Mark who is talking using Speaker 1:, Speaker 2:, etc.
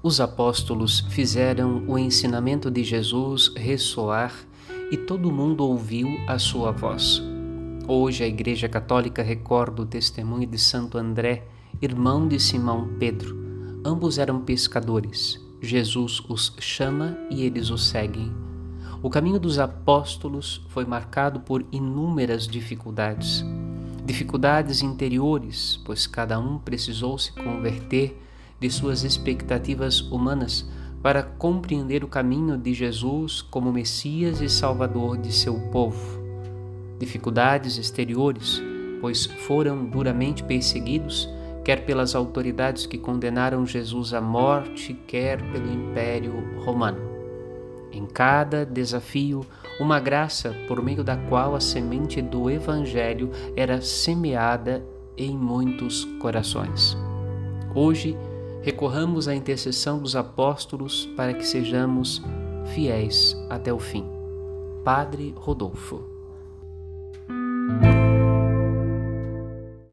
Speaker 1: Os apóstolos fizeram o ensinamento de Jesus ressoar e todo mundo ouviu a sua voz. Hoje a Igreja Católica recorda o testemunho de Santo André, irmão de Simão Pedro. Ambos eram pescadores. Jesus os chama e eles o seguem. O caminho dos apóstolos foi marcado por inúmeras dificuldades. Dificuldades interiores, pois cada um precisou se converter de suas expectativas humanas para compreender o caminho de Jesus como Messias e Salvador de seu povo. Dificuldades exteriores, pois foram duramente perseguidos, quer pelas autoridades que condenaram Jesus à morte, quer pelo Império Romano. Em cada desafio, uma graça por meio da qual a semente do Evangelho era semeada em muitos corações. Hoje, recorramos à intercessão dos apóstolos para que sejamos fiéis até o fim. Padre Rodolfo.